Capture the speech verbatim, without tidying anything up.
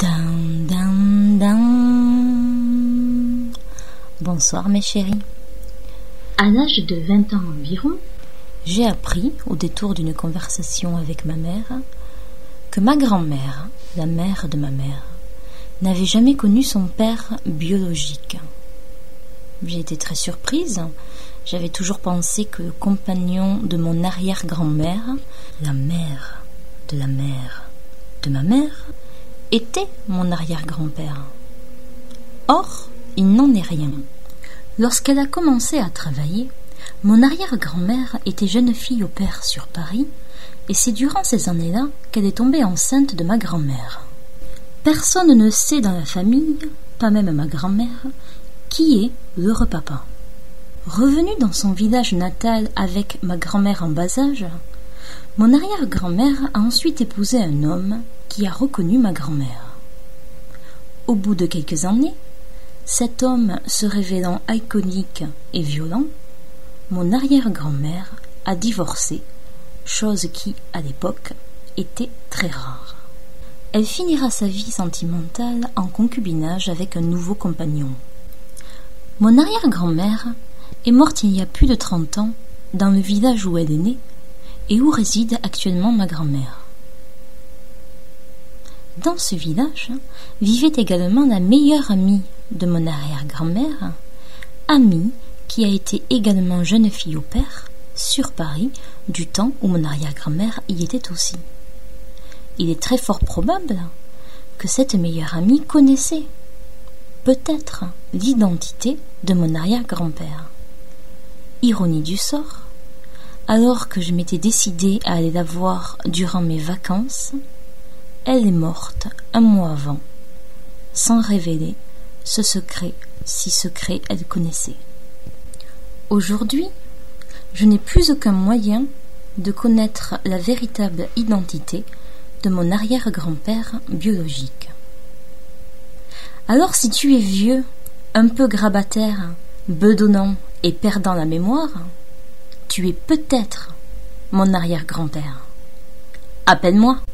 Dun, dun, dun. Bonsoir mes chéris. À l'âge de vingt ans environ, j'ai appris, au détour d'une conversation avec ma mère, que ma grand-mère, la mère de ma mère, n'avait jamais connu son père biologique. J'ai été très surprise. J'avais toujours pensé que le compagnon de mon arrière-grand-mère, la mère de la mère de ma mère, était mon arrière-grand-père. Or, il n'en est rien. Lorsqu'elle a commencé à travailler, mon arrière-grand-mère était jeune fille au pair sur Paris, et c'est durant ces années-là qu'elle est tombée enceinte de ma grand-mère. Personne ne sait dans la famille, pas même ma grand-mère, qui est l'heureux papa. Revenue dans son village natal avec ma grand-mère en bas âge, mon arrière-grand-mère a ensuite épousé un homme qui a reconnu ma grand-mère. Au bout de quelques années, cet homme se révélant alcoolique et violent, mon arrière-grand-mère a divorcé, chose qui, à l'époque, était très rare. Elle finira sa vie sentimentale en concubinage avec un nouveau compagnon. Mon arrière-grand-mère est morte il y a plus de trente ans dans le village où elle est née et où réside actuellement ma grand-mère. Dans ce village vivait également la meilleure amie de mon arrière-grand-mère, amie qui a été également jeune fille au pair sur Paris du temps où mon arrière-grand-mère y était aussi. Il est très fort probable que cette meilleure amie connaissait peut-être l'identité de mon arrière-grand-père. Ironie du sort, alors que je m'étais décidée à aller la voir durant mes vacances, elle est morte un mois avant, sans révéler ce secret, si secret elle connaissait. Aujourd'hui, je n'ai plus aucun moyen de connaître la véritable identité de mon arrière-grand-père biologique. Alors si tu es vieux, un peu grabataire, bedonnant et perdant la mémoire, tu es peut-être mon arrière-grand-père. Appelle-moi.